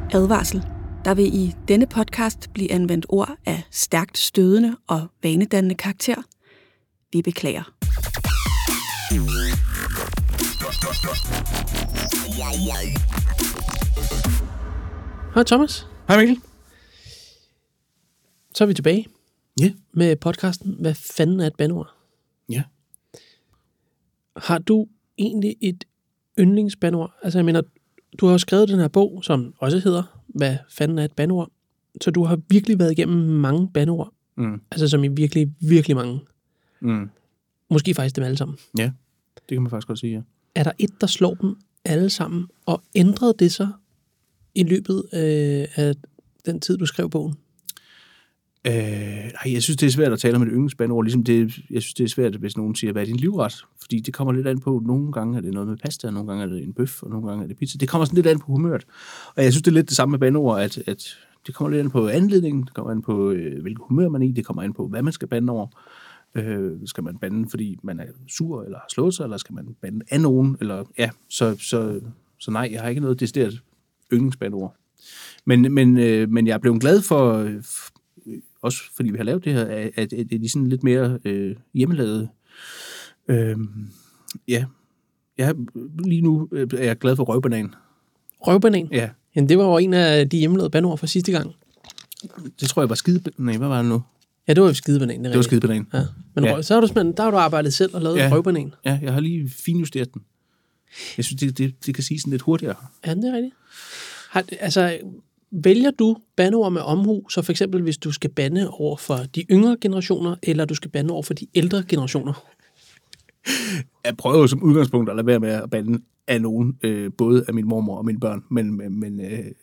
Advarsel. Der vil i denne podcast blive anvendt ord af stærkt stødende og vanedannende karakter. Vi beklager. Hej Thomas. Hej Mikkel. Så er vi tilbage Ja. med podcasten Hvad fanden er et bandeord? Ja. Har du egentlig et yndlingsbandeord? Altså jeg mener, du har jo skrevet den her bog, som også hedder Hvad fanden er et bandeord? Så du har virkelig været igennem mange bandeord. Altså som i virkelig, virkelig mange. Måske faktisk dem alle sammen. Ja, det kan man faktisk godt sige, ja. Er der et, der slår dem alle sammen? Og ændrede det sig i løbet af den tid, du skrev bogen? Nej, jeg synes, det er svært at tale om et yndlingsbandeord. Ligesom jeg synes, det er svært, hvis nogen siger, hvad er din livret? Fordi det kommer lidt an på, nogle gange er det noget med pasta, nogle gange er det en bøf, og nogle gange er det pizza. Det kommer sådan lidt an på humøret. Og jeg synes, det er lidt det samme med bandeord, at det kommer lidt an på anledningen, det kommer an på, hvilket humør man er i, det kommer an på, hvad man skal bande over. Skal man bande, fordi man er sur, eller har slået sig, eller skal man bande af nogen? Eller, ja, så nej, jeg har ikke noget decideret yndlingsbandeord. Men jeg er blevet glad for også fordi vi har lavet det her, at det er sådan lidt mere hjemmelavet. Ja. Lige nu er jeg glad for røvbanan. Røvbanan? Ja. Jamen, det var jo en af de hjemmelavede bandeord fra sidste gang. Det tror jeg var skidebanan. Hvad var det nu? Ja, det var jo skidebanan. Det var skidebanan. Ja. Men ja. Så har du arbejdet selv og lavet røvbanan. Ja, jeg har lige finjusteret den. Jeg synes, det kan sige sådan lidt hurtigere. Ja, det er rigtigt. Vælger du bandeord med omhu, så for eksempel hvis du skal bande over for de yngre generationer, eller du skal bande over for de ældre generationer? Jeg prøver jo som udgangspunkt at lade være med at bande af nogen, både af min mormor og mine børn, men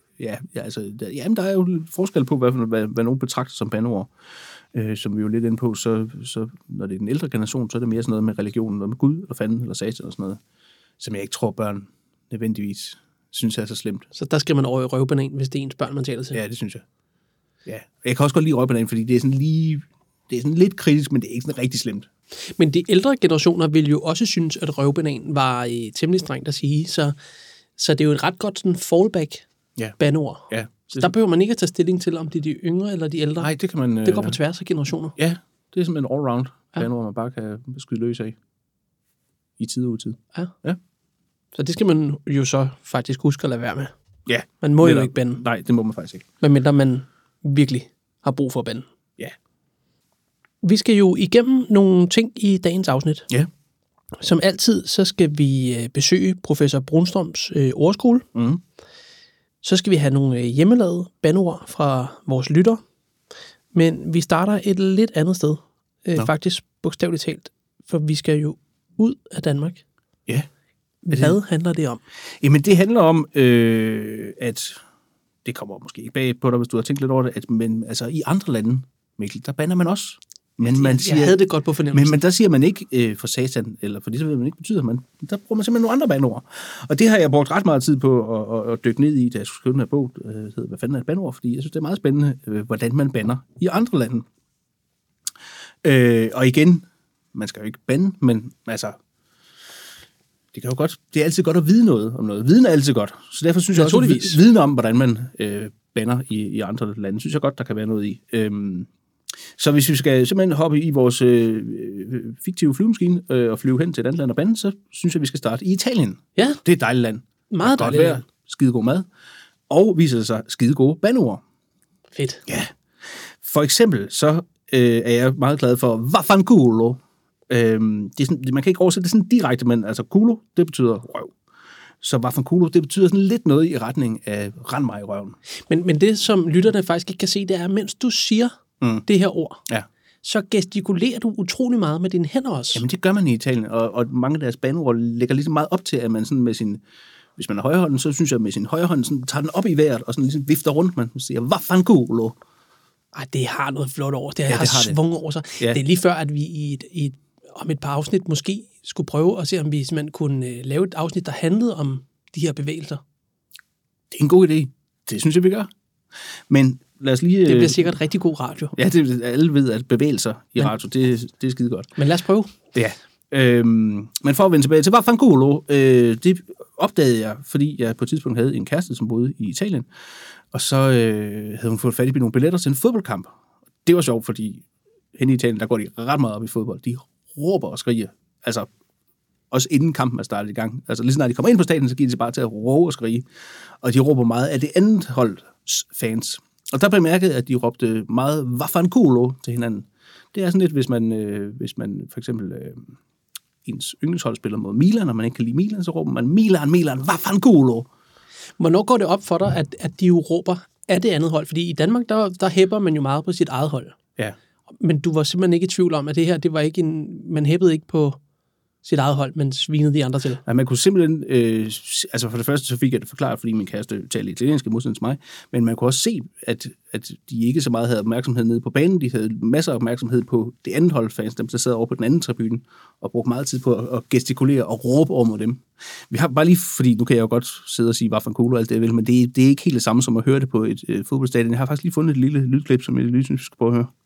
der er jo forskel på, hvad nogen betragter som bandeord, som vi jo lidt inde på, så når det er den ældre generation, så er det mere sådan noget med religionen, noget med Gud, eller fanden, eller satan og sådan noget, som jeg ikke tror børn nødvendigvis synes jeg er så slemt. Så der skal man over i røvbanan, hvis det er ens børn, man taler til? Ja, det synes jeg. Ja. Jeg kan også godt lide røvbanan, fordi det er sådan lidt kritisk, men det er ikke sådan rigtig slemt. Men de ældre generationer vil jo også synes, at røvbanan var temmelig strengt at sige, så det er jo et ret godt sådan fallback-bandeord. Ja. Så der behøver man ikke at tage stilling til, om det er de yngre eller de ældre. Nej, det kan man... Det går på tværs af generationer. Ja, det er sådan en all-round bandeord, man bare kan skyde løs af. I tid og utid. Ja. Så det skal man jo så faktisk huske at lade være med. Ja. Man må jo ikke bande. Nej, det må man faktisk ikke. Medmindre man virkelig har brug for at bande. Ja. Vi skal jo igennem nogle ting i dagens afsnit. Ja. Som altid, så skal vi besøge professor Brunstrøms ordskole. Så skal vi have nogle hjemmelavede bandeord fra vores lytter. Men vi starter et lidt andet sted. Faktisk bogstaveligt talt. For vi skal jo ud af Danmark. Ja. Hvad handler det om? Jamen, det handler om, at det kommer måske ikke bag på dig, hvis du har tænkt lidt over det, men altså i andre lande, Mikkel, der bander man også. Men man siger, jeg havde det godt på fornemmelsen. Men der siger man ikke for satan, eller for det, så man ikke betyder, der bruger man simpelthen nogle andre bandeord. Og det har jeg brugt ret meget tid på at dykke ned i, da jeg skulle skrive den her bog, der hedder Hvad fanden er et bandeord? Fordi jeg synes, det er meget spændende, hvordan man bander i andre lande. Og igen, man skal jo ikke bande, men altså... Det kan jo godt. Det er altid godt at vide noget om noget. Viden er altid godt. Så derfor synes jeg også, at viden om, hvordan man bander i andre lande, synes jeg godt, der kan være noget i. Så hvis vi skal simpelthen hoppe i vores fiktive flyvemaskine og flyve hen til et andet land og bande, så synes jeg, vi skal starte i Italien. Ja. Det er et dejligt land. Meget dejligt land. Skide god mad. Og viser sig skide gode bandeord. Fedt. Ja. For eksempel så er jeg meget glad for vaffanculo. Det er sådan, man kan ikke oversætte det sådan direkte, men altså culo, det betyder røv. Så vaffanculo, det betyder sådan lidt noget i retning af rend mig i røven. Men det, som lytterne faktisk ikke kan se, det er, mens du siger det her ord, så gestikulerer du utrolig meget med dine hænder også. Jamen, det gør man i Italien, og mange af deres bandeord lægger ligesom meget op til, at man sådan med sin... Hvis man har højrehånden, så synes jeg, at med sin højre hånd sådan, tager den op i vejret og sådan ligesom vifter rundt. Man siger vaffanculo. Det har noget flot over. Det har svung over sig. Ja. Det er lige før, at vi om et par afsnit måske skulle prøve at se, om vi simpelthen kunne lave et afsnit, der handlede om de her bevægelser. Det er en god idé. Det synes jeg, vi gør. Men lad os lige... Det bliver sikkert rigtig god radio. Ja, alle ved, at bevægelser i radio, det er skide godt. Men lad os prøve. Ja. Men for at vende tilbage til Vaffanculo, det opdagede jeg, fordi jeg på et tidspunkt havde en kæreste, som boede i Italien, og så havde hun fået fat i nogle billetter til en fodboldkamp. Det var sjovt, fordi henne i Italien, der går de ret meget op i fodbold. De råber og skriger. Altså, også inden kampen er startet i gang. Altså, lige snart de kommer ind på stadion, så giver de sig bare til at råbe og skrige. Og de råber meget af det andet holds fans. Og der blev mærket, at de råbte meget Vaffanculo til hinanden. Det er sådan lidt, hvis man for eksempel ens yndlingshold spiller mod Milan, og man ikke kan lide Milan, så råber man Milan, Vaffanculo. Hvornår går det op for dig, at de jo råber af det andet hold? Fordi i Danmark, der hæpper man jo meget på sit eget hold. Ja. Men du var simpelthen ikke i tvivl om, at det her, det var ikke man hæppede ikke på sit eget hold, men svinede de andre til. Nej, man kunne simpelthen, altså for det første, så fik jeg det forklaret, fordi min kæreste talte italiensk i modsætning til mig, men man kunne også se, at de ikke så meget havde opmærksomhed nede på banen, de havde masser af opmærksomhed på det andet holdfans, dem der sad over på den anden tribune, og brugte meget tid på at gestikulere og råbe over mod dem. Vi har bare lige, fordi nu kan jeg jo godt sidde og sige Vaffanculo og alt det, men det er ikke helt det samme som at høre det på et fodboldstadion. Jeg har faktisk lige fundet et lille lydklip, som jeg lige synes, vi skal prøve at høre.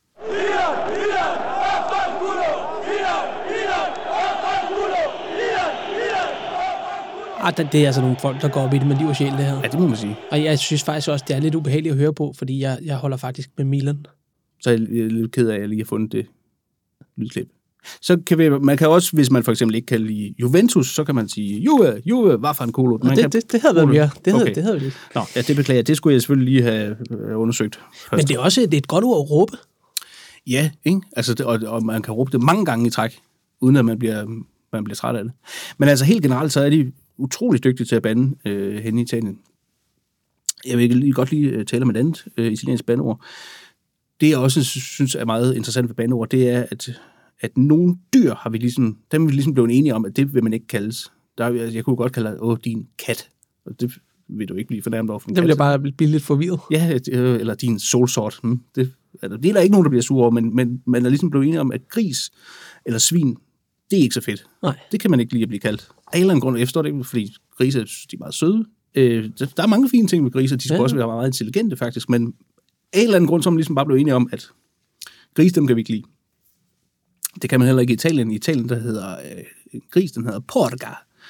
Det er altså nogle folk, der går op i det med liv og sjæl, det her. Ja, det må man sige. Og jeg synes faktisk også, det er lidt ubehageligt at høre på, fordi jeg holder faktisk med Milan. Så jeg er lidt ked af, at jeg lige har fundet det lydklip. Så kan man kan også, hvis man for eksempel ikke kan lide Juventus, så kan man sige Juve, Vaffanculo. Det havde været mere. Det havde vi lidt. Nå, ja, det beklager. Det skulle jeg selvfølgelig lige have undersøgt først. Men det er også et godt ord at råbe. Ja, ikke? Altså, og man kan råbe det mange gange i træk, uden at man bliver træt af det. Men altså helt generelt, så er de utrolig dygtige til at bande henne i Italien. Jeg vil lige godt lige tale om et andet italiensk bandeord. Det jeg også synes er meget interessant ved bandeord, det er, at nogle dyr har vi ligesom blevet enige om, at det vil man ikke kaldes. Jeg kunne godt kalde dig, din kat. Og det vil du ikke blive fornærmet over for en kat. Det vil jeg bare blive lidt forvirret. Ja, eller din solsort. Det er der ikke nogen, der bliver sure over, men man er ligesom blevet enige om, at gris eller svin, det er ikke så fedt. Nej. Det kan man ikke lide at blive kaldt. Af en eller anden grund, jeg forstår det ikke, fordi grise de er meget søde. Der er mange fine ting med griser, de skal også være meget intelligente faktisk, men af en eller anden grund, så er man ligesom bare blevet enige om, at grise, dem kan vi ikke lide. Det kan man heller ikke i Italien. I Italien, der hedder en gris, den hedder porca.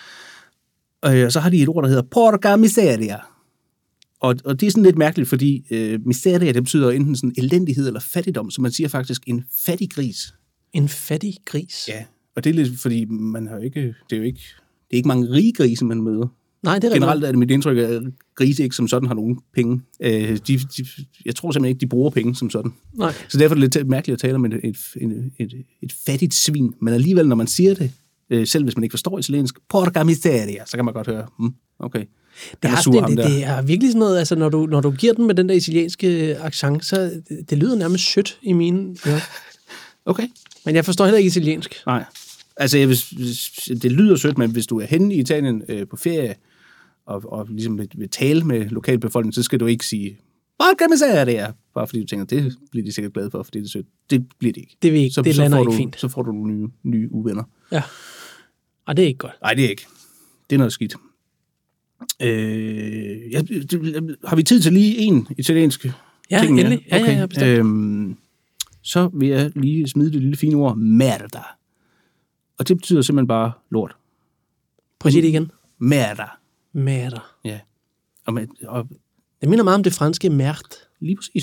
Og så har de et ord, der hedder porca miseria. Og det er sådan lidt mærkeligt, fordi miseria, det betyder enten sådan elendighed eller fattigdom, så man siger faktisk en fattig gris. En fattig gris? Ja, og det er lidt, fordi man har ikke, det er ikke mange rige grise, man møder. Nej, det er generelt er det mit indtryk, at grise ikke som sådan har nogen penge. Jeg tror simpelthen ikke, de bruger penge som sådan. Nej. Så derfor er det lidt mærkeligt at tale om et fattigt svin. Men alligevel, når man siger det, selv hvis man ikke forstår italiensk, porca miseria, så kan man godt høre, okay. Det er virkelig sådan noget, altså når du giver den med den der italienske accent, så det lyder nærmest sødt i mine. Ja. Okay. Men jeg forstår heller ikke italiensk. Nej. Altså, det lyder sødt, men hvis du er henne i Italien på ferie, og ligesom vil tale med lokalbefolkningen, så skal du ikke sige, porca miseria, bare fordi du tænker, det bliver de sikkert glade for, fordi det er sødt. Det bliver det ikke. Det vil ikke. Så, det lander ikke fint. Så får du nogle nye uvenner. Ja. Og det er ikke godt. Nej, det er ikke. Det er noget skidt. Har vi tid til lige en italiensk ting? Ja, endelig. Okay. Ja, bestemt. Så vil jeg lige smide det lille fine ord, merda. Og det betyder simpelthen bare lort. Prøv at sige det igen. Merda. Merda. Ja. Og det minder meget om det franske merde. Lige præcis.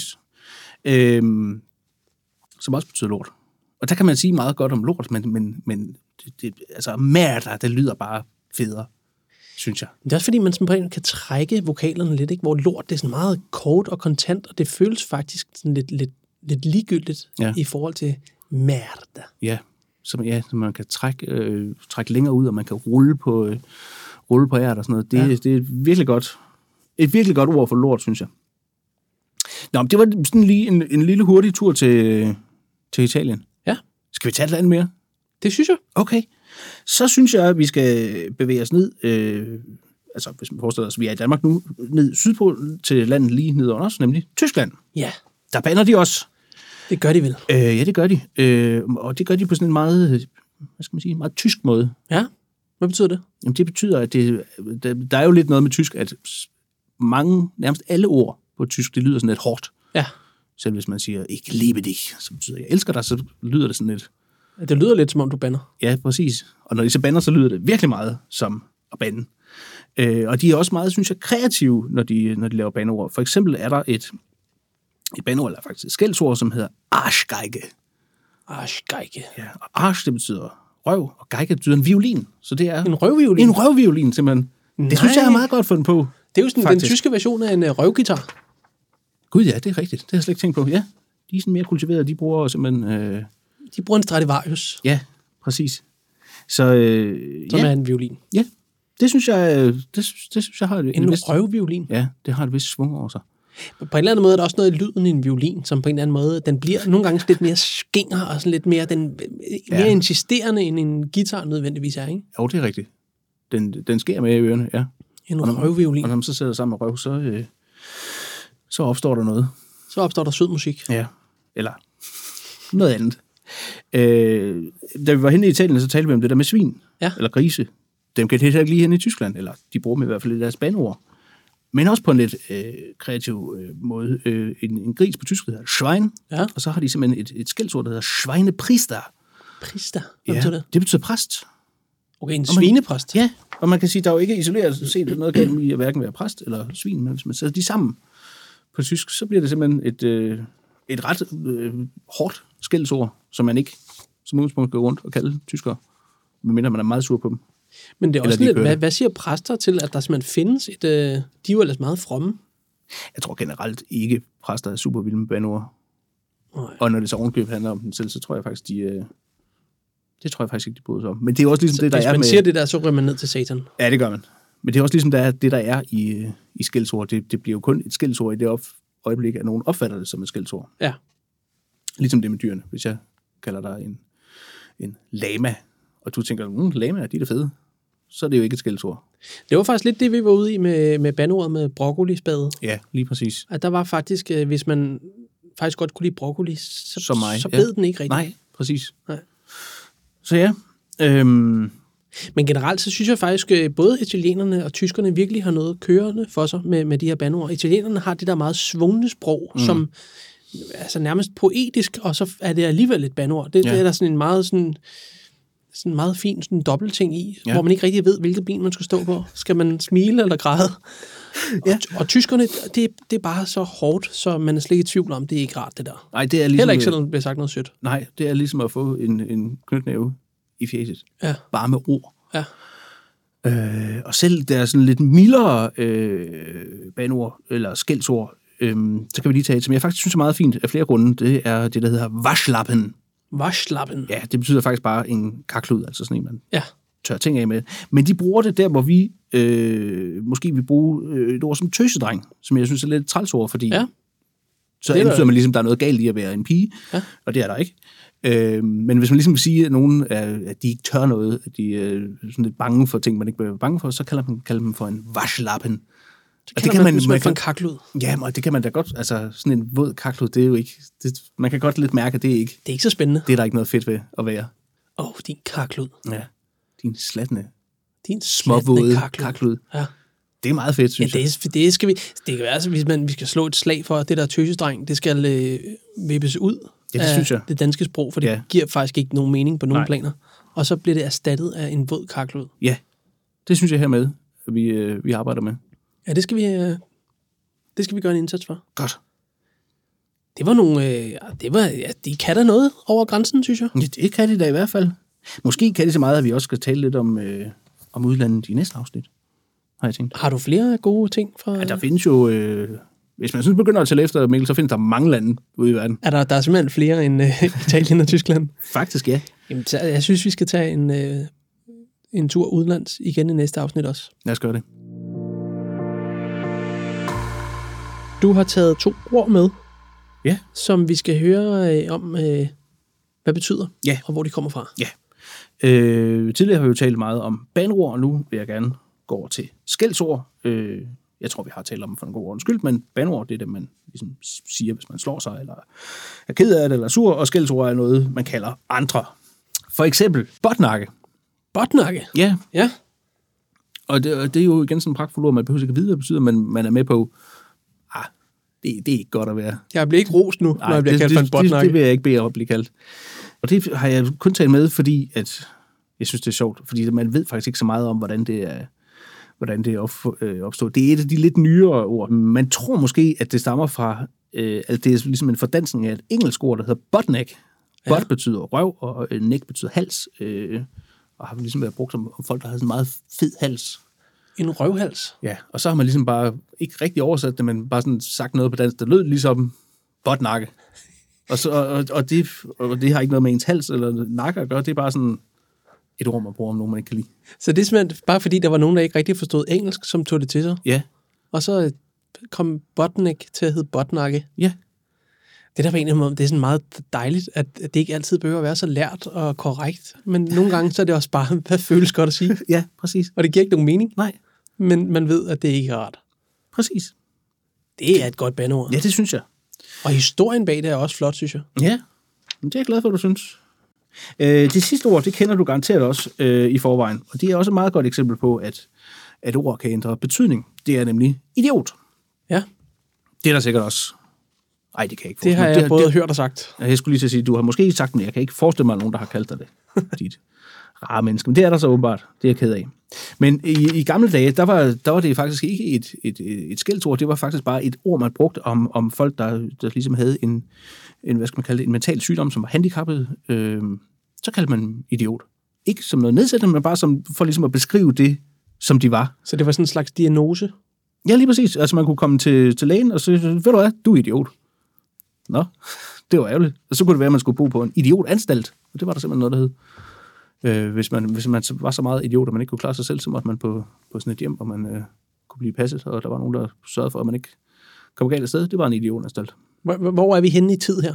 Som også betyder lort. Og der kan man sige meget godt om lort, men altså merda, det lyder bare federe, synes jeg. Det er også fordi, man sådan kan trække vokalerne lidt, ikke? Hvor lort, det er sådan meget kort og kontant, og det føles faktisk sådan lidt ligegyldigt i forhold til merda. Ja, så man kan trække længere ud, og man kan rulle på ært og sådan noget. Det er virkelig godt. Et virkelig godt ord for lort, synes jeg. Nå, men det var sådan lige en lille hurtig tur til Italien. Ja. Skal vi tage et eller andet mere? Det synes jeg. Okay. Så synes jeg, at vi skal bevæge os ned, altså hvis man forestiller os, at vi er i Danmark nu, ned sydpå til landet lige ned under os, nemlig Tyskland. Ja. Der bander de også. Det gør de vel? Ja, det gør de. Og det gør de på sådan en meget, meget tysk måde. Ja? Hvad betyder det? Jamen, det betyder, at der er jo lidt noget med tysk, at nærmest alle ord på tysk, det lyder sådan lidt hårdt. Ja. Selv hvis man siger, ich liebe dich, så betyder jeg elsker dig, så lyder det sådan lidt Det lyder lidt, som om du bander. Ja, præcis. Og når de så bander, så lyder det virkelig meget som at bande. Og de er også meget, synes jeg, kreative, når de laver bandeord. For eksempel er der et bandeord, eller faktisk et skældsord, som hedder Arschgeige. Arschgeige. Ja, og Arsch, det betyder røv, og geige betyder en violin. Så det er en røvviolin? En røvviolin, simpelthen. Nej. Det synes jeg er meget godt fundet på. Det er jo sådan faktisk den tyske version af en røvgitar. Gud ja, det er rigtigt. Det har jeg slet ikke tænkt på. Ja, de er sådan mere kultiverede. De bruger simpelthen... De bruger en Stradivarius. Ja, præcis. Som er en violin. Ja, det synes jeg har en røvviolin. Ja, det har et vist svung over sig. På en eller anden måde er der også noget i lyden i en violin, som på en eller anden måde, den bliver nogle gange lidt mere skinger, og sådan lidt mere, mere insisterende, end en guitar nødvendigvis er, ikke? Jo, det er rigtigt. Den sker med i ørerne, ja. En røvviolin. Og når man så sætter sammen med røv, så opstår der noget. Så opstår der sød musik. Ja, eller noget andet. Da vi var henne i Italien, så talte vi om det der med svin, eller grise. Dem kan det ikke lige hen i Tyskland, eller de bruger dem i hvert fald i deres bandeord. Men også på en lidt kreativ måde. En gris på tysk hedder Schwein, og så har de simpelthen et skældsord, der hedder Schweinepriester. Priester? Hvad betyder det? Det betyder præst. Okay, en svinepræst? Ja, og man kan sige, der er jo ikke isoleret set noget galt i at hverken være præst eller svin, men hvis man sætter de sammen på tysk, så bliver det simpelthen et ret hårdt skældsord, som man ikke som udgangspunkt går rundt og kalde tyskere, medmindre man er meget sur på dem. Men det er også lidt, hvad siger præster til, at der simpelthen findes de er jo ellers meget fromme? Jeg tror generelt ikke, præster er super vilde med bandeord. Og når det så ovenkøb handler om den selv, så tror jeg faktisk, det tror jeg faktisk ikke, de bryder sig om. Men det er også ligesom det, der er med... Hvis man siger det der, så ryger man ned til satan. Ja, det gør man. Men det er også ligesom det, der er i skældsord. Det bliver jo kun et skældsord i det øjeblik, at nogen opfatter det som et skældsord. Ja. Ligesom det med dyrene. Hvis jeg kalder dig en lama, og du tænker, lama, de er da fede, så er det jo ikke et skældsord. Det var faktisk lidt det, vi var ude i med bandeordet med broccolispade. Ja, lige præcis. At der var faktisk, hvis man faktisk godt kunne lide broccoli, så bed den ikke rigtigt. Nej, præcis. Nej. Så ja. Men generelt, så synes jeg faktisk, både italienerne og tyskerne virkelig har noget kørende for sig med de her bandeord. Italienerne har det der meget svungne sprog, som altså nærmest poetisk, og så er det alligevel et bandeord. Det er der sådan en meget sådan meget fin sådan dobbeltting i, hvor man ikke rigtig ved, hvilket ben man skal stå på. Skal man smile eller græde? Ja. Og tyskerne, det er bare så hårdt, så man er slet ikke i tvivl om, det er ikke rart, det der. Nej, det er ligesom... Heller ikke, selvom det bliver sagt noget sødt. Nej, det er ligesom at få en knytnæve i fjeset. Ja. Bare med ord. Ja. Og selv der er sådan lidt mildere banord, eller skældsord, så kan vi lige tage et, som jeg faktisk synes er meget fint af flere grunde. Det er det, der hedder Waschlappen. Waschlappen? Ja, det betyder faktisk bare en karklud, altså sådan en, man tør ting af med. Men de bruger det der, hvor vi måske vil bruge et ord som tøsedreng, som jeg synes er lidt trælsord, fordi så antyder man ligesom, der er noget galt i at være en pige, og det er der ikke. Men hvis man ligesom vil sige, at nogen at de ikke tør noget, at de er sådan lidt bange for ting, man ikke bør være bange for, så kalder dem for en Waschlappen. Og det kan man for en karklud. Ja, og det kan man da godt, altså sådan en våd karklud, det er jo ikke, man kan godt lidt mærke, at det er ikke... Det er ikke så spændende. Det er der ikke noget fedt ved at være. Din karklud. Ja, din slattende. Din småvåde karklud. Ja. Det er meget fedt, synes jeg. Det skal vi... Det kan være, altså, hvis vi skal slå et slag for, at det der tøsedreng, det skal vippes ud af det danske sprog, for det giver faktisk ikke nogen mening på nogen planer. Og så bliver det erstattet af en våd karklud. Ja, det synes jeg hermed, vi arbejder med. Ja, det skal vi gøre en indsats for. Godt. Det var nogle... de kan da noget over grænsen, synes jeg. Ja, det kan de da i hvert fald. Måske kan det så meget, at vi også skal tale lidt om udlandet i næste afsnit, har jeg tænkt. Har du flere gode ting fra... Ja, der findes jo... hvis man synes begynder at tælle efter, Mikkel, så findes der mange lande ude i verden. Der er simpelthen flere end Italien og Tyskland? Faktisk, ja. Jamen, jeg synes, vi skal tage en tur udenlands igen i næste afsnit også. Lad os gøre det. Du har taget 2 ord med, som vi skal høre om, hvad betyder, og hvor de kommer fra. Ja. Tidligere har vi jo talt meget om bandeord, og nu vil jeg gerne gå over til skældsord. Jeg tror, vi har talt om det for en god ordens skyld, men bandeord, det er det, man ligesom siger, hvis man slår sig, eller er ked af det, eller sur, og skældsord er noget, man kalder andre. For eksempel botnakke. Botnakke? Ja. Ja. Og det er jo igen sådan en pragtfuld ord, man behøver ikke at vide, hvad det betyder, men man er med på, det er ikke godt at være. Jeg bliver ikke rost nu, når jeg bliver kaldt for en botnakke. Det vil jeg ikke bede om at blive kaldt. Og det har jeg kun taget med, fordi at jeg synes, det er sjovt. Fordi man ved faktisk ikke så meget om, hvordan det er opstået. Det er et af de lidt nyere ord. Man tror måske, at det stammer fra, at det er ligesom en fordansning af et engelsk ord, der hedder buttneck. Ja. Butt betyder røv, og neck betyder hals. Og har ligesom været brugt om folk, der har sådan en meget fed hals. En røvhals? Ja, og så har man ligesom bare ikke rigtig oversat det, men bare sådan sagt noget på dansk, der lød ligesom buttnakke. Og det har ikke noget med ens hals eller nakke at gøre, det er bare sådan et ord, man bruger om nogen, man ikke kan lide. Så det er simpelthen bare fordi, der var nogen, der ikke rigtig forstod engelsk, som tog det til sig? Ja. Og så kom buttneck til at hedde buttnakke? Ja. Det der var egentlig, det er sådan meget dejligt, at det ikke altid behøver at være så lært og korrekt, men nogle gange så er det også bare, hvad føles godt at sige. Ja, præcis. Og det giver ikke nogen mening. Nej. Men man ved, at det ikke er rart. Præcis. Det er et godt bandeord. Ja, det synes jeg. Og historien bag det er også flot, synes jeg. Ja, det er jeg glad for, du synes. Det sidste ord, det kender du garanteret også i forvejen, og det er også et meget godt eksempel på, at ord kan ændre betydning. Det er nemlig idiot. Ja. Det er der sikkert også. Ej, det kan jeg ikke forestille mig. Det har jeg både hørt og sagt. Jeg skulle lige til at sige, du har måske sagt, men jeg kan ikke forestille mig, at nogen, der har kaldt dig det. Dit rare menneske. Men det er der så åbenbart. Det er jeg ked af. Men i gamle dage, der var det faktisk ikke et skældsord. Det var faktisk bare et ord, man brugte om folk, der ligesom havde en hvad skal man kalde det, en mental sygdom, som var handicappet. Så kaldte man idiot. Ikke som noget nedsættende, men bare for ligesom at beskrive det, som de var. Så det var sådan en slags diagnose? Ja, lige præcis. Altså man kunne komme til lægen og sige, ved du hvad, du er idiot. Nå, det var ærgerligt. Og så kunne det være, at man skulle bo på en idiotanstalt. Og det var der simpelthen noget, der hed. Hvis man var så meget idiot, at man ikke kunne klare sig selv, så måtte man på sådan et hjem, hvor man kunne blive passet, og der var nogen, der sørgede for, at man ikke kom galt af sted. Det var en idiotanstalt. Hvor er vi henne i tid her?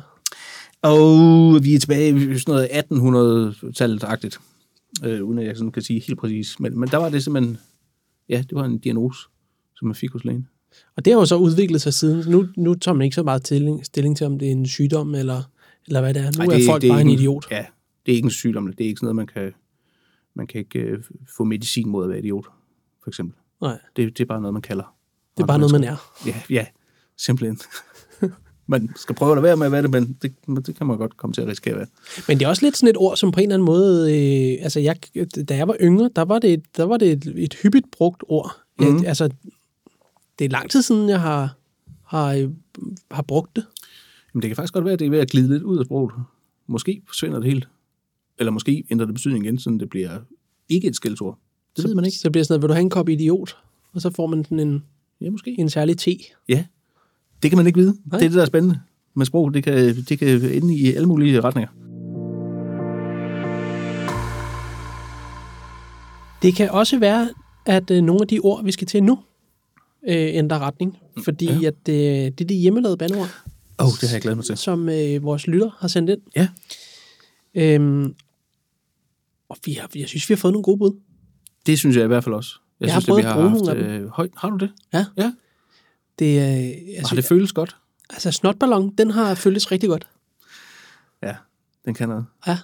Og vi er tilbage i sådan noget 1800-tallet-agtigt, uden at jeg sådan kan sige helt præcis. Men der var det simpelthen, ja, det var en diagnose, som man fik hos lægen. Og det har jo så udviklet sig siden. Nu tager man ikke så meget stilling til, om det er en sygdom, eller hvad det er. Nu er folk bare en idiot. Ja, det er ikke en sygdom. Det er ikke sådan noget, man kan ikke få medicin mod at være idiot, for eksempel. Nej. Det er bare noget, man kalder. Det er bare noget, man er. Ja, simpelthen. Man skal prøve at lade være med at være det, men det kan man godt komme til at risikere at være. Men det er også lidt sådan et ord, som på en eller anden måde, da jeg var yngre, der var det et hyppigt brugt ord. Mm. Altså, det er lang tid siden, jeg har brugt det. Men det kan faktisk godt være, at det er ved at glide lidt ud af sproget. Måske forsvinder det helt. Eller måske ændrer det betydning igen, så det bliver ikke et skældsord. Det ved man ikke. Så bliver sådan noget, vil du have en kop idiot? Og så får man sådan en særlig te. Ja, det kan man ikke vide. Nej. Det er det, der er spændende med sprog. Det kan ende i alle mulige retninger. Det kan også være, at nogle af de ord, vi skal til nu, ændrer retning. Fordi at det er de hjemmelavede bandeord. Det har jeg glædet mig til. Som vores lytter har sendt ind. Ja. Og jeg synes, vi har fået nogle gode bud. Det synes jeg i hvert fald også. Jeg synes, har vi har haft højt. Har du det? Ja. Har det føles godt? Altså, snotballon, den har føltes rigtig godt. Ja, den kan noget. Ja.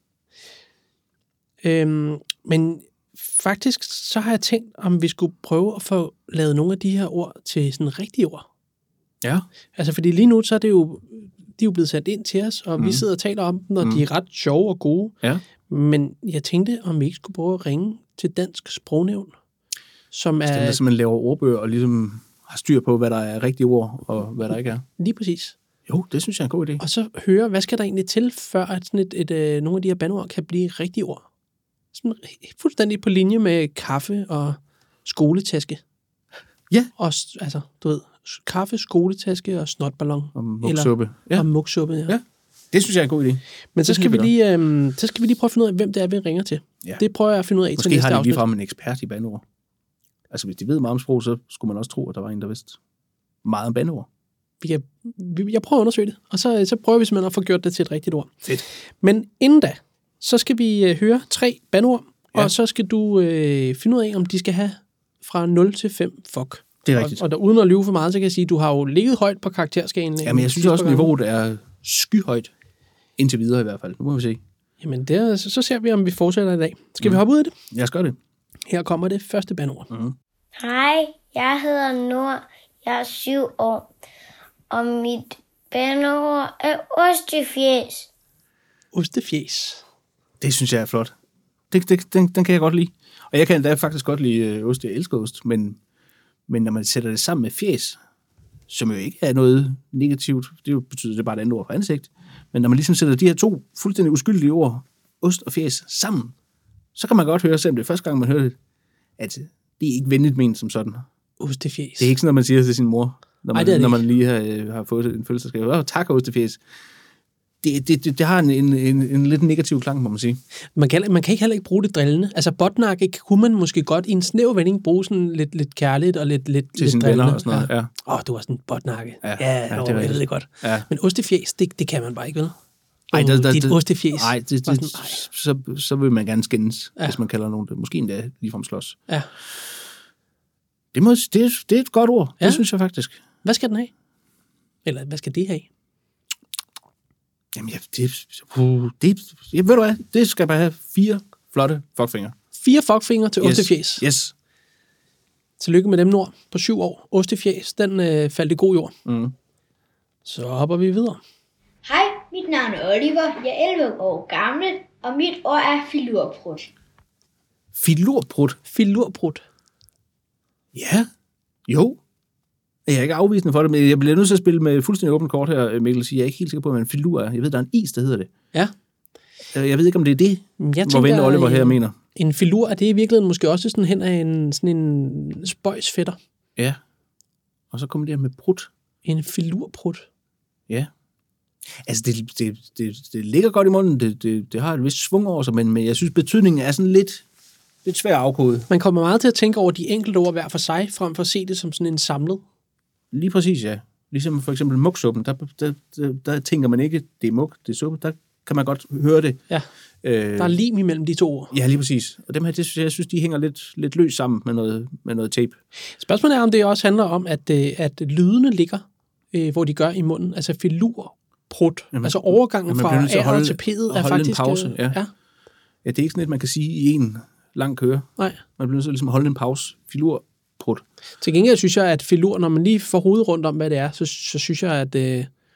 Men faktisk, så har jeg tænkt, om vi skulle prøve at få lavet nogle af de her ord til sådan rigtige ord. Ja. Altså, fordi lige nu, så er det jo, de er jo blevet sat ind til os, og vi sidder og taler om dem, og de er ret sjove og gode. Ja. Men jeg tænkte, om vi ikke skulle prøve at ringe til Dansk Sprognævn, som er... Der simpelthen laver ordbøger og ligesom har styr på, hvad der er rigtige ord, og hvad der ikke er. Lige præcis. Jo, det synes jeg er en god idé. Og så høre, hvad skal der egentlig til, før at sådan nogle af de her bandeord kan blive rigtige ord? Sådan fuldstændig på linje med kaffe og skoletaske. Ja. Og altså, du ved, kaffe, skoletaske og snotballon. Og mugsuppe. Og mugsuppe, ja. Det synes jeg er en god idé. Men så skal vi lige prøve at finde ud af, hvem det er, vi ringer til. Ja. Det prøver jeg at finde ud af til næste afsnit. Måske har de ligefrem en ekspert i bandeord. Altså, hvis de ved meget om sprog, så skulle man også tro, at der var en, der vidste meget om bandeord. Jeg prøver at undersøge det, og så prøver vi simpelthen at få gjort det til et rigtigt ord. Fedt. Men inden da, så skal vi høre 3 bandeord, og så skal du finde ud af, om de skal have fra 0 til 5 fuck. Det er rigtigt. Og uden at lyve for meget, så kan jeg sige, at du har jo ligget højt på karakterskalen. Ja, men jeg synes også, at niveauet er skyhøjt. Indtil videre i hvert fald. Nu må vi se. Jamen, så ser vi, om vi fortsætter i dag. Skal vi hoppe ud af det? Jeg skal det. Her kommer det første bandeord. Hej, jeg hedder Nord. Jeg er 7 år. Og mit bandeord er ostefjæs. Ostefjæs. Det synes jeg er flot. Den kan jeg godt lide. Og jeg kan endda faktisk godt lide ost. Jeg elsker ost. Men når man sætter det sammen med fjæs, som jo ikke er noget negativt, det betyder det bare et andet ord for ansigt, men når man ligesom sætter de her to fuldstændig uskyldige ord, ost og fjæs, sammen, så kan man godt høre, selvom det er første gang, man hører det, at det er ikke venligt ment som sådan. Ostefjæs. Det er ikke sådan, at man siger til sin mor, når man lige har fået en fødselsdagsgave. Tak, ostefjæs. Det har en lidt negativ klang, må man sige. Man kan ikke heller ikke bruge det drillende. Altså, botnakke kunne man måske godt i en snæv vending bruge sådan lidt kærligt og lidt til sine drillende. venner og sådan noget, ja. Du var sådan en botnakke. Ja, det ved jeg godt. Ja. Men ostefjæs, det kan man bare ikke, vel? Dit ostefjæs. Nej, så vil man gerne skændes, hvis man kalder nogen det. Måske endda ligefrem slås. Ja. Det er et godt ord. Ja. Det synes jeg faktisk. Hvad skal den have? Eller hvad skal det have? Jamen, ved du hvad? Det skal bare have 4 flotte fuckfinger. 4 fuckfinger til ostefjæs. Yes. Tillykke med dem, Nord, på 7 år. Ostefjæs, den faldt i god jord. Mm. Så hopper vi videre. Hej, mit navn er Oliver. Jeg er 11 år gammel, og mit ord er filurprut. Filurprut? Filurprut. Ja. Jo. Jeg er ikke afvisende for det, men jeg bliver nødt til at spille med fuldstændig åbent kort her, Mikkel. Jeg er ikke helt sikker på, hvad en filur er. Jeg ved, der er en is, der hedder det. Ja. Jeg ved ikke, om det er det, hvor ven Oliver her mener. En filur, er det i virkeligheden måske også sådan hen af en spøjsfætter? Ja. Og så kommer det her med prut. En filurprut. Ja. Altså, det ligger godt i munden. Det har et vist svung over sig, men jeg synes, betydningen er sådan lidt svær at afkode. Man kommer meget til at tænke over de enkelte ord hver for sig, frem for at se det som sådan en samlet. Lige præcis, ja. Ligesom for eksempel mugsuppen, der tænker man ikke, det er mug, det er suppe. Der kan man godt høre det. Ja, der er lim imellem de 2 ord. Ja, lige præcis. Og dem her, jeg synes, de hænger lidt løs sammen med noget tape. Spørgsmålet er, om det også handler om, at lydene ligger, hvor de gør i munden. Altså filurprut. Altså overgangen fra A'et til P'et er faktisk... en pause, ja. Ja, det er ikke sådan et, man kan sige i en lang køre. Nej. Man bliver nødt til ligesom at holde en pause. Filurprut. Til gengæld synes jeg, at filur, når man lige får hovedet rundt om, hvad det er, så synes jeg, at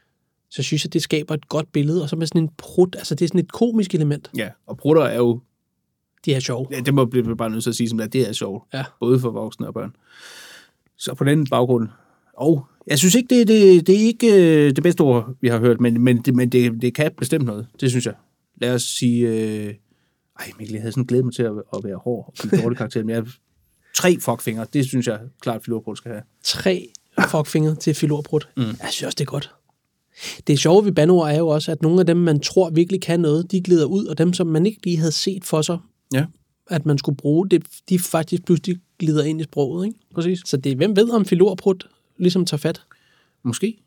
det skaber et godt billede. Og så med sådan en prut, altså det er sådan et komisk element. Ja, og prutter er jo... De er sjove. Ja, det må blive bare nødt til at sige, som det er sjovt. Ja. Både for voksne og børn. Så på den baggrund... Og jeg synes ikke, det er ikke det bedste ord, vi har hørt, men det kan bestemt noget. Det synes jeg. Lad os sige... Mikkel, jeg havde sådan glædet mig til at være hård og give dårlig karakter, men 3 fuckfingre, det synes jeg klart, filurprut skal have. 3 fuckfingre til filurprut. Jeg synes også, det er godt. Det sjove ved bandeord er jo også, at nogle af dem, man tror virkelig kan noget, de glider ud, og dem, som man ikke lige havde set for sig, at man skulle bruge, de faktisk pludselig glider ind i sproget. Ikke? Præcis. Så det er, hvem ved, om filurprut ligesom tager fat? Måske.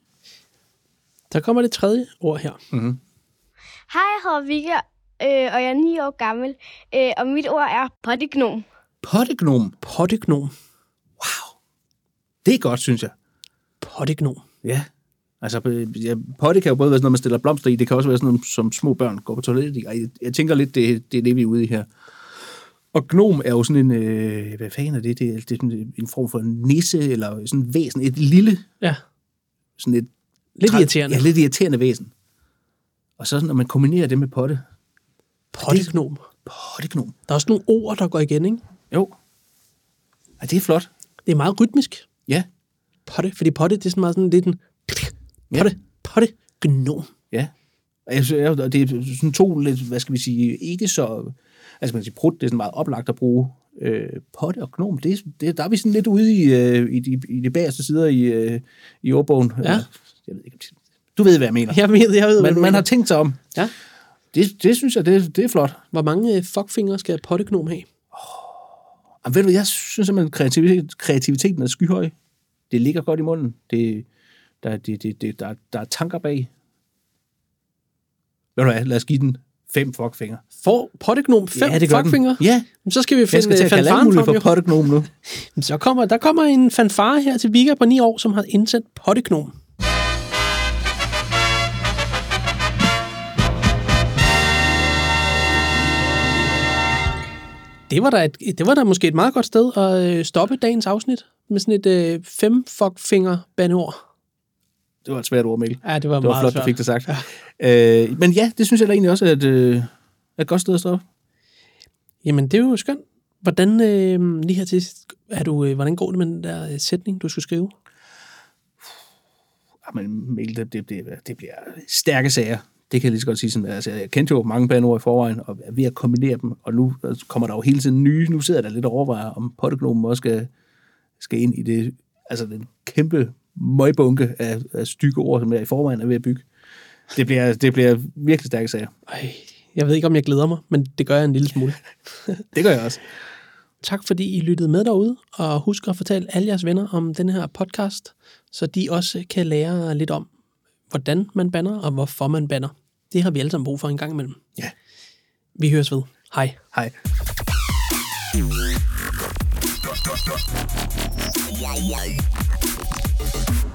Der kommer det 3. ord her. Mm-hmm. Hej, jeg hedder Vigga, og jeg er 9 år gammel, og mit ord er pottegnom. Pottegnom? Pottegnom. Wow. Det er godt, synes jeg. Pottegnom. Ja. Altså, potte kan jo både være sådan noget, man stiller blomster i, det kan også være sådan noget, som små børn går på toilettet i. Og jeg tænker lidt, det er det, vi er ude i her. Og gnom er jo sådan en, hvad fanden er det? Det er sådan en form for nisse, eller sådan en væsen, et lille... Ja. Sådan et... Lidt irriterende. Ja, lidt irriterende væsen. Og så når man kombinerer det med potte. Pottegnom. Pottegnom. Der er også nogle ord, der går igen, ikke? Jo. Ja, det er flot. Det er meget rytmisk. Ja. Potte, fordi potte, det er sådan meget sådan lidt en... Pottegnom. Ja. Og det er sådan 2 lidt, hvad skal vi sige, ikke så... Altså man kan sige, prut, det er sådan meget oplagt at bruge. Potte og gnom, der er vi sådan lidt ude i de bagerste sider i ordbogen. Ja. Jeg ved ikke, du ved, hvad jeg mener. Jeg ved men man har tænkt sig om. Ja. Det synes jeg, det er flot. Hvor mange fuckfingre skal pottegnom have? Ved du, jeg synes simpelthen, kreativiteten er skyhøj. Det ligger godt i munden. Der er tanker bag. Ved du hvad, lad os give den 5 fuckfingre. Får pottegnom 5 fuckfingre? Ja. Så skal vi finde fanfaren for pottegnom nu. Så kommer en fanfare her til Vigga på 9 år, som har indsendt pottegnom. Det var da måske et meget godt sted at stoppe dagens afsnit med sådan et 5 fuckfinger bandeord. Det var et svært ord, Mikkel. Ja, det var flot, svært. du fik det sagt. Ja. Men ja, det synes jeg da egentlig også er et godt sted at stå op. Jamen, det er jo skønt. Hvordan, lige her til sidst, hvordan går det med den der sætning, du skulle skrive? Men Mikkel, det bliver stærke sager. Det kan jeg lige så godt sige. Sådan, altså, jeg kendte jo mange bandeord i forvejen, og er ved at kombinere dem, og nu kommer der jo hele tiden nye. Nu sidder der lidt og overvejer, om Pottegnomen også skal ind i det, altså den kæmpe møgbunke af stykke ord, som jeg i forvejen er ved at bygge. Det bliver virkelig stærke sager. Jeg ved ikke, om jeg glæder mig, men det gør jeg en lille smule. Det gør jeg også. Tak fordi I lyttede med derude, og husk at fortælle alle jeres venner om den her podcast, så de også kan lære lidt om, hvordan man bander, og hvorfor man bander. Det har vi alle sammen brug for en gang imellem. Ja. Vi høres ved. Hej. Hej. Yeah.